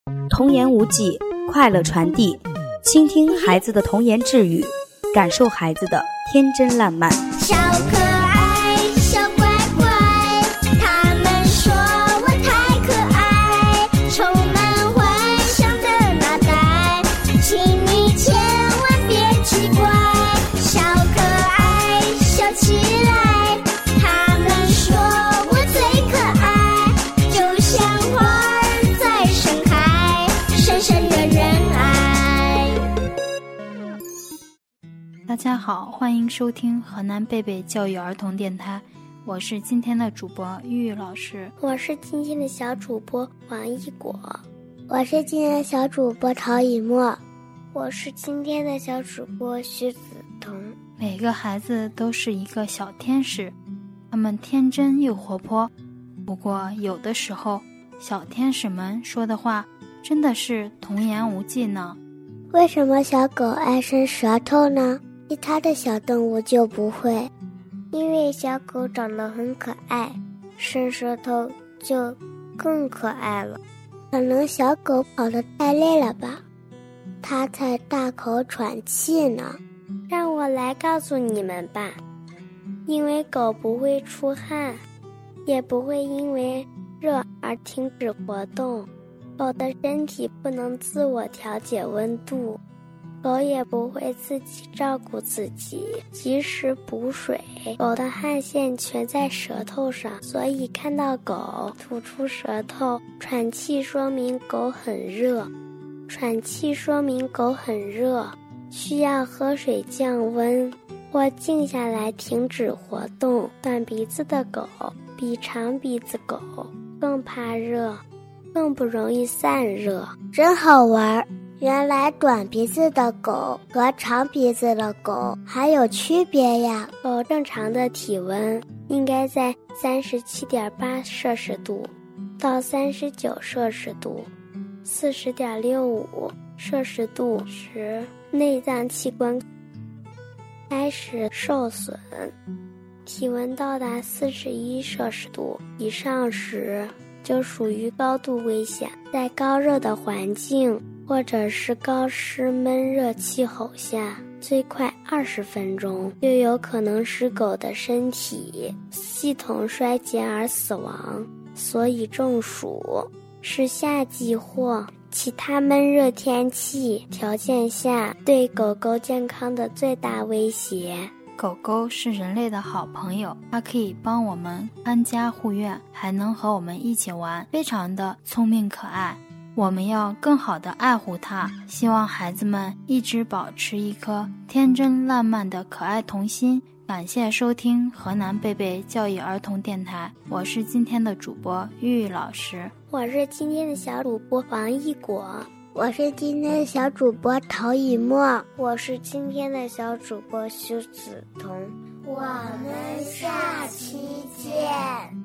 童言无忌，快乐传递，倾听孩子的童言稚语，感受孩子的天真烂漫。 小可爱，小乖乖，他们说我太可爱，充满幻想的脑袋，请你千万别奇怪。小可爱，笑起来，他们说我最可爱，就像花儿在盛开，深深惹人爱。 大家好，欢迎收听河南贝贝教育儿童电台，我是今天的主播玉玉老师。 我是今天的小主播王一果。我是今天的小主播陶以沫。我是今天的小主播徐子彤。 每个孩子都是一个小天使，他们天真又活泼，不过有的时候小天使们说的话真的是童言无忌呢。 为什么小狗爱伸舌头呢？其他的小动物就不会。因为小狗长得很可爱，伸舌头就更可爱了。可能小狗跑得太累了吧，它在大口喘气呢。让我来告诉你们吧，因为狗不会出汗，也不会因为热而停止活动。狗的身体不能自我调节温度，狗也不会自己照顾自己，及时补水。狗的汗腺全在舌头上，所以看到狗吐出舌头，喘气说明狗很热。喘气说明狗很热，需要喝水降温，或静下来停止活动。短鼻子的狗比长鼻子狗更怕热，更不容易散热。真好玩，原来短鼻子的狗和长鼻子的狗还有区别呀。狗正常的体温应该在 37.8 摄氏度到39摄氏度 40.65 摄氏度时，内脏器官开始受损，体温到达41摄氏度以上时就属于高度危险。在高热的环境或者是高湿闷热气候下，最快20分钟就有可能使狗的身体系统衰竭而死亡。所以中暑是夏季或其他闷热天气条件下对狗狗健康的最大威胁。 狗狗是人类的好朋友，它可以帮我们看家护院，还能和我们一起玩，非常的聪明可爱。我们要更好的爱护它，希望孩子们一直保持一颗天真烂漫的可爱童心。感谢收听河南贝贝教育儿童电台，我是今天的主播玉玉老师。 我是今天的小主播王一果。我是今天的小主播陶以沫。我是今天的小主播徐子彤。我们下期见。